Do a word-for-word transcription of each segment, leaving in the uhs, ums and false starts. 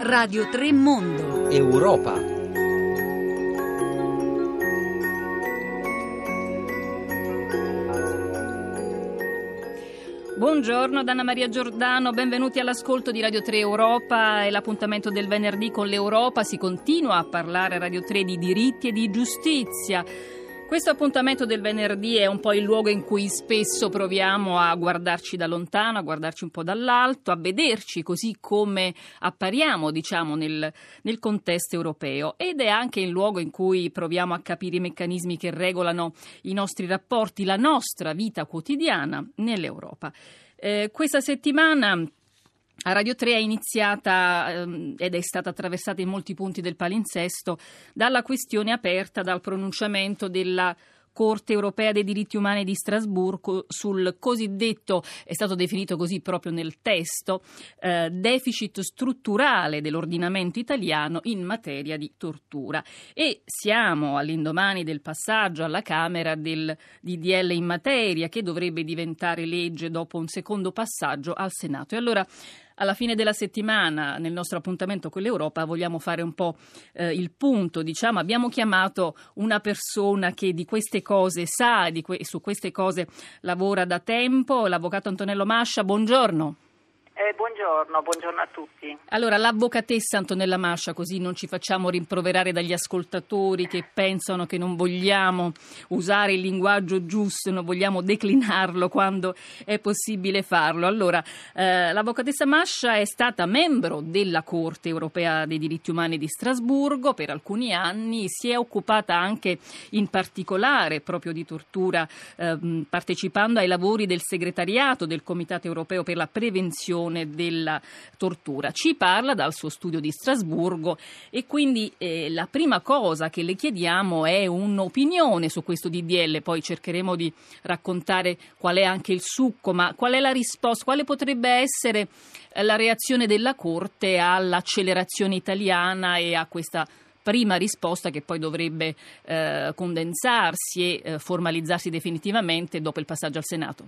Radio tre Mondo. Europa. Buongiorno da Anna Maria Giordano, benvenuti all'ascolto di Radio tre Europa. È l'appuntamento del venerdì con l'Europa. Si continua a parlare a Radio tre di diritti e di giustizia. Questo appuntamento del venerdì è un po' il luogo in cui spesso proviamo a guardarci da lontano, a guardarci un po' dall'alto, a vederci così come appariamo, diciamo, nel, nel contesto europeo. Ed è anche il luogo in cui proviamo a capire i meccanismi che regolano i nostri rapporti, la nostra vita quotidiana nell'Europa. Eh, questa settimana a Radio tre è iniziata ehm, ed è stata attraversata in molti punti del palinsesto dalla questione aperta dal pronunciamento della Corte Europea dei Diritti Umani di Strasburgo sul cosiddetto, è stato definito così proprio nel testo, eh, deficit strutturale dell'ordinamento italiano in materia di tortura. E siamo all'indomani del passaggio alla Camera del D D L in materia, che dovrebbe diventare legge dopo un secondo passaggio al Senato. E allora, alla fine della settimana, nel nostro appuntamento con l'Europa, vogliamo fare un po' eh, il punto, diciamo. Abbiamo chiamato una persona che di queste cose sa, di que- su queste cose lavora da tempo, l'avvocato Antonello Mascia. Buongiorno. Eh, buongiorno, buongiorno a tutti. Allora, l'avvocatessa Antonella Mascia, così non ci facciamo rimproverare dagli ascoltatori che pensano che non vogliamo usare il linguaggio giusto, non vogliamo declinarlo quando è possibile farlo. Allora, eh, l'avvocatessa Mascia è stata membro della Corte Europea dei Diritti Umani di Strasburgo per alcuni anni, si è occupata anche in particolare proprio di tortura, eh, partecipando ai lavori del segretariato del Comitato Europeo per la Prevenzione della tortura. Ci parla dal suo studio di Strasburgo e quindi eh, la prima cosa che le chiediamo è un'opinione su questo D D L, poi cercheremo di raccontare qual è anche il succo, ma qual è la risposta, quale potrebbe essere la reazione della Corte all'accelerazione italiana e a questa prima risposta che poi dovrebbe eh, condensarsi e eh, formalizzarsi definitivamente dopo il passaggio al Senato.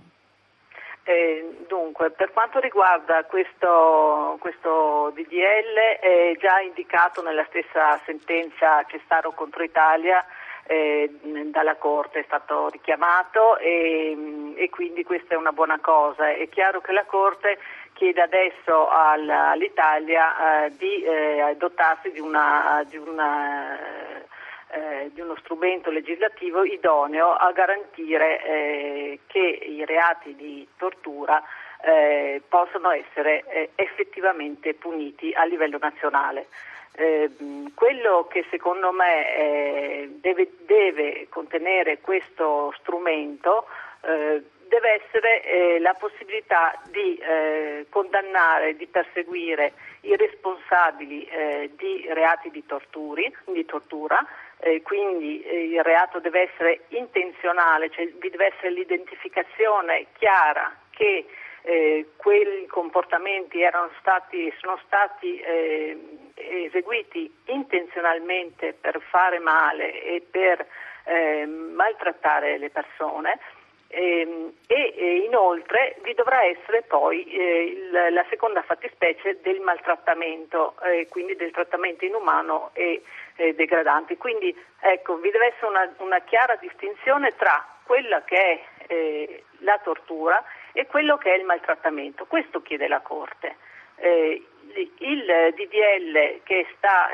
Eh, dunque, per quanto riguarda questo, questo D D L, è già indicato nella stessa sentenza Cestaro contro Italia, eh, dalla Corte è stato richiamato e, e quindi questa è una buona cosa. È chiaro che la Corte chiede adesso al, all'Italia eh, di eh, dotarsi di una, di una Eh, di uno strumento legislativo idoneo a garantire eh, che i reati di tortura eh, possano essere eh, effettivamente puniti a livello nazionale. Eh, quello che secondo me eh, deve, deve contenere questo strumento eh, deve essere eh, la possibilità di eh, condannare, di perseguire i responsabili eh, di reati di, torturi, di tortura. Eh, quindi eh, il reato deve essere intenzionale, cioè vi deve essere l'identificazione chiara che eh, quei comportamenti erano stati, sono stati eh, eseguiti intenzionalmente per fare male e per eh, maltrattare le persone. E, e inoltre vi dovrà essere poi eh, il, la seconda fattispecie del maltrattamento, eh, quindi del trattamento inumano e eh, degradante. Quindi ecco, vi deve essere una, una chiara distinzione tra quella che è eh, la tortura e quello che è il maltrattamento. Questo chiede la Corte. Eh, il D D L che sta,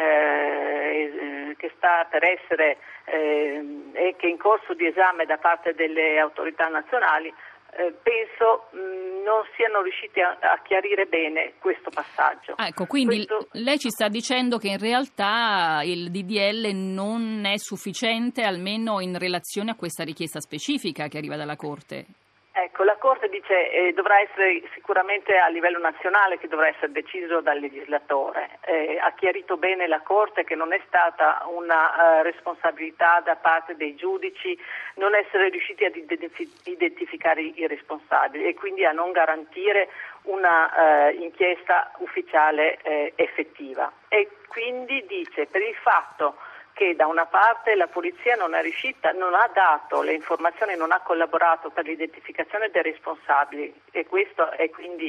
eh, che sta per essere eh, e che è in corso di esame da parte delle autorità nazionali, eh, penso mh, non siano riusciti a, a chiarire bene questo passaggio. Ah, ecco, quindi questo... lei ci sta dicendo che in realtà il D D L non è sufficiente, almeno in relazione a questa richiesta specifica che arriva dalla Corte. Ecco, la Corte dice eh, dovrà essere sicuramente a livello nazionale, che dovrà essere deciso dal legislatore. Eh, ha chiarito bene la Corte che non è stata una uh, responsabilità da parte dei giudici non essere riusciti ad identif- identificare i responsabili e quindi a non garantire una uh, inchiesta ufficiale eh, effettiva. E quindi dice, per il fatto che da una parte la polizia non è riuscita, non ha dato le informazioni, non ha collaborato per l'identificazione dei responsabili, e questo è quindi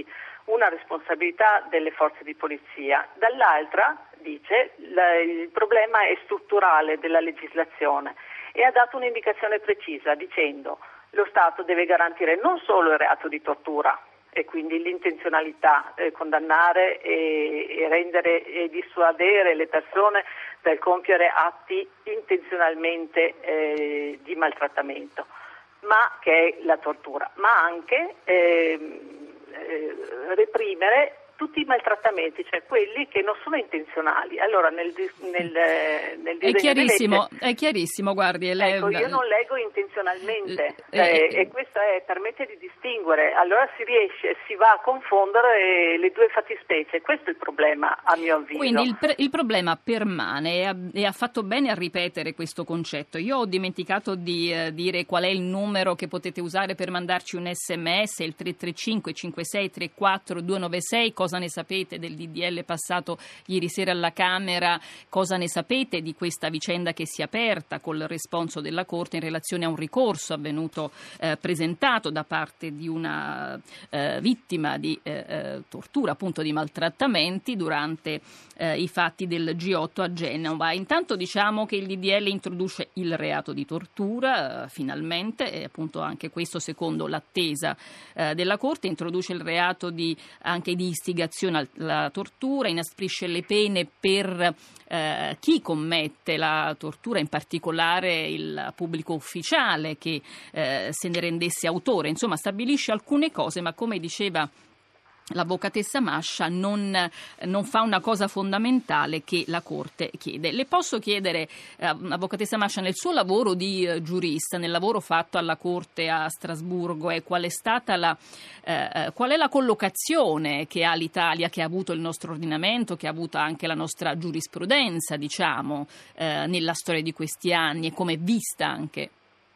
una responsabilità delle forze di polizia. Dall'altra, dice, la, il problema è strutturale della legislazione e ha dato un'indicazione precisa dicendo lo Stato deve garantire non solo il reato di tortura e quindi l'intenzionalità, eh, condannare e, e rendere e dissuadere le persone dal compiere atti intenzionalmente eh, di maltrattamento, ma che è la tortura, ma anche eh, eh, reprimere tutti i maltrattamenti, cioè quelli che non sono intenzionali. Allora nel, nel, nel è chiarissimo, legge, è chiarissimo, guardi. Ecco, le... io non leggo intenzionalmente eh, eh, eh, e questo è, permette di distinguere, allora si riesce, si va a confondere le due fattispecie, questo è il problema a mio avviso. Quindi il, pre- il problema permane e ha, e ha fatto bene a ripetere questo concetto. Io ho dimenticato di eh, dire qual è il numero che potete usare per mandarci un sms, il tre tre cinque cinque sei tre quattro due nove sei. Cosa ne sapete del D D L passato ieri sera alla Camera? Cosa ne sapete di questa vicenda che si è aperta col responso della Corte in relazione a un ricorso avvenuto eh, presentato da parte di una eh, vittima di eh, eh, tortura, appunto di maltrattamenti durante eh, i fatti del G otto a Genova? Intanto diciamo che il D D L introduce il reato di tortura eh, finalmente, e appunto anche questo secondo l'attesa eh, della Corte, introduce il reato di, anche di istigazione alla tortura, inasprisce le pene per eh, chi commette la tortura, in particolare il pubblico ufficiale che eh, se ne rendesse autore. Insomma, stabilisce alcune cose, ma come diceva l'avvocatessa Mascia non, non fa una cosa fondamentale che la Corte chiede. Le posso chiedere, eh, avvocatessa Mascia, nel suo lavoro di eh, giurista, nel lavoro fatto alla Corte a Strasburgo, eh, qual è stata la eh, qual è la collocazione che ha l'Italia, che ha avuto il nostro ordinamento, che ha avuto anche la nostra giurisprudenza, diciamo, eh, nella storia di questi anni, e come è vista anche?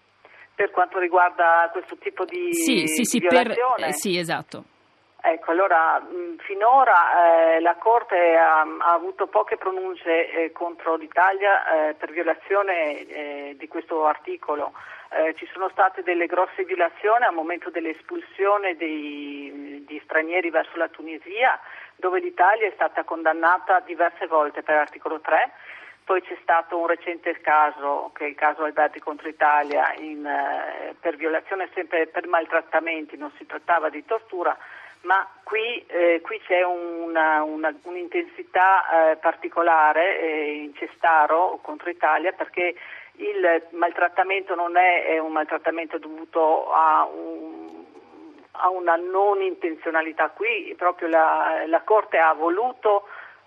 Per quanto riguarda questo tipo di, sì, sì, sì, di violazione? Per, eh, sì, esatto. Ecco, allora mh, finora eh, la Corte ha, ha avuto poche pronunce eh, contro l'Italia eh, per violazione eh, di questo articolo. Eh, ci sono state delle grosse violazioni al momento dell'espulsione dei, di stranieri verso la Tunisia, dove l'Italia è stata condannata diverse volte per articolo tre. Poi c'è stato un recente caso, che è il caso Alberti contro Italia, in, eh, per violazione sempre per maltrattamenti, non si trattava di tortura, ma qui, eh, qui c'è una, una, un'intensità eh, particolare eh, in Cestaro contro Italia, perché il maltrattamento non è, è un maltrattamento dovuto a, un, a una non intenzionalità. Qui proprio la, la Corte ha voluto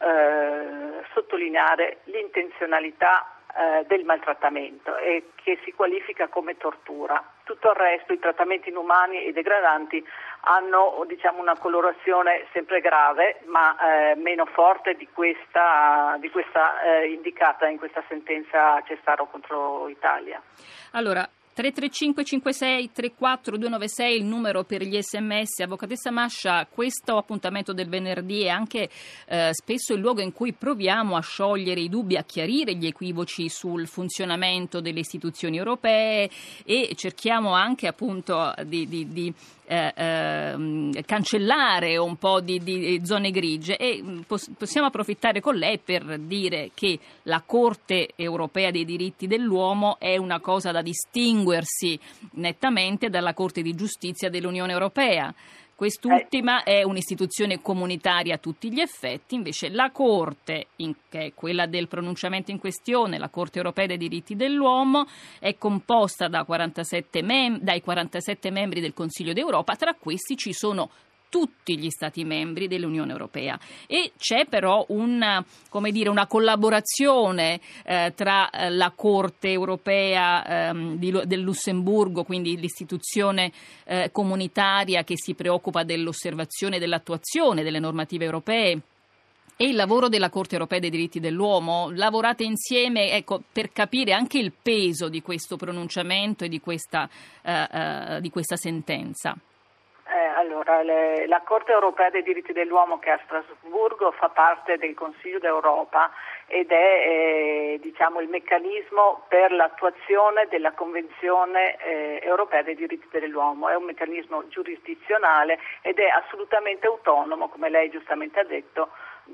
eh, sottolineare l'intenzionalità eh, del maltrattamento e che si qualifica come tortura. Tutto il resto, i trattamenti inumani e degradanti, hanno, diciamo, una colorazione sempre grave, ma eh, meno forte di questa, di questa eh, indicata in questa sentenza Cestaro contro Italia. Allora, tre tre cinque cinque sei tre quattro due nove sei il numero per gli sms. Avvocatessa Mascia, questo appuntamento del venerdì è anche eh, spesso il luogo in cui proviamo a sciogliere i dubbi, a chiarire gli equivoci sul funzionamento delle istituzioni europee, e cerchiamo anche appunto di, di, di Eh, eh, cancellare un po' di, di zone grigie, e pos- possiamo approfittare con lei per dire che la Corte europea dei diritti dell'uomo è una cosa da distinguersi nettamente dalla Corte di giustizia dell'Unione Europea. Quest'ultima è un'istituzione comunitaria a tutti gli effetti, invece la Corte, in, che è quella del pronunciamento in questione, la Corte europea dei diritti dell'uomo, è composta da quarantasette mem- dai quarantasette membri del Consiglio d'Europa. Tra questi ci sono tutti gli Stati membri dell'Unione Europea, e c'è però una, come dire, una collaborazione eh, tra eh, la Corte Europea ehm, di, del Lussemburgo, quindi l'istituzione eh, comunitaria che si preoccupa dell'osservazione e dell'attuazione delle normative europee, e il lavoro della Corte Europea dei diritti dell'uomo. Lavorate insieme, ecco, per capire anche il peso di questo pronunciamento e di questa, eh, eh, di questa sentenza. Eh, allora, le, la Corte europea dei diritti dell'uomo, che è a Strasburgo, fa parte del Consiglio d'Europa ed è eh, diciamo, il meccanismo per l'attuazione della Convenzione eh, europea dei diritti dell'uomo. È un meccanismo giurisdizionale ed è assolutamente autonomo, come lei giustamente ha detto,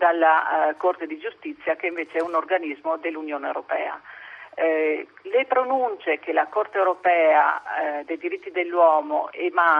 dalla eh, Corte di Giustizia, che invece è un organismo dell'Unione Europea. Eh, le pronunce che la Corte europea eh, dei diritti dell'uomo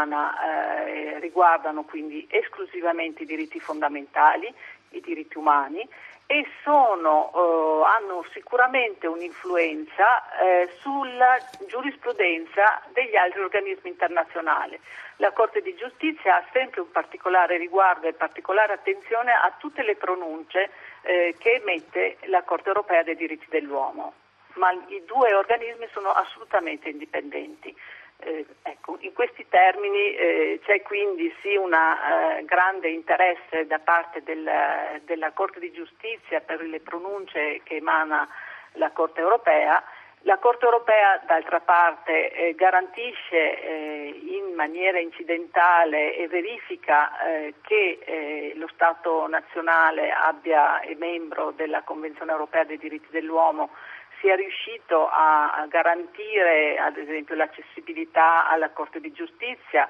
emana eh, riguardano quindi esclusivamente i diritti fondamentali, i diritti umani, e sono, eh, hanno sicuramente un'influenza eh, sulla giurisprudenza degli altri organismi internazionali. La Corte di Giustizia ha sempre un particolare riguardo e particolare attenzione a tutte le pronunce eh, che emette la Corte europea dei diritti dell'uomo, ma i due organismi sono assolutamente indipendenti. Eh, ecco, in questi termini eh, c'è quindi sì un eh, grande interesse da parte del, della Corte di Giustizia per le pronunce che emana la Corte europea. La Corte europea, d'altra parte, eh, garantisce eh, in maniera incidentale e verifica eh, che eh, lo Stato nazionale abbia, è membro della Convenzione europea dei diritti dell'uomo, sia riuscito a garantire ad esempio l'accessibilità alla Corte di Giustizia,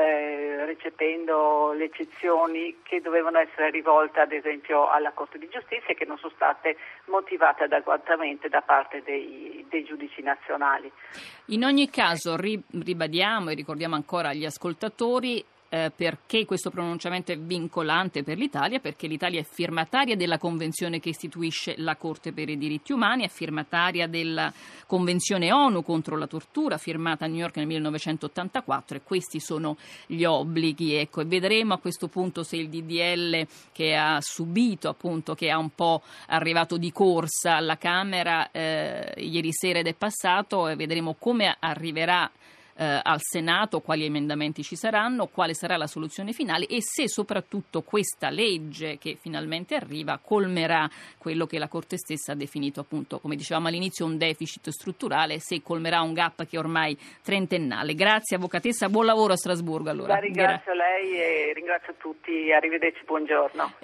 eh, recependo le eccezioni che dovevano essere rivolte ad esempio alla Corte di Giustizia e che non sono state motivate adeguatamente da parte dei, dei giudici nazionali. In ogni caso ribadiamo e ricordiamo ancora agli ascoltatori Eh, perché questo pronunciamento è vincolante per l'Italia, perché l'Italia è firmataria della Convenzione che istituisce la Corte per i diritti umani, è firmataria della Convenzione ONU contro la tortura, firmata a New York nel millenovecentottantaquattro, e questi sono gli obblighi. Ecco, e vedremo a questo punto se il D D L che ha subito, appunto, che ha un po' arrivato di corsa alla Camera eh, ieri sera ed è passato, e vedremo come arriverà Eh, al Senato, quali emendamenti ci saranno, quale sarà la soluzione finale e se soprattutto questa legge che finalmente arriva colmerà quello che la Corte stessa ha definito, appunto, come dicevamo all'inizio, un deficit strutturale, se colmerà un gap che è ormai trentennale. Grazie avvocatessa, buon lavoro a Strasburgo allora. La ringrazio Gra- lei e ringrazio tutti, arrivederci, buongiorno.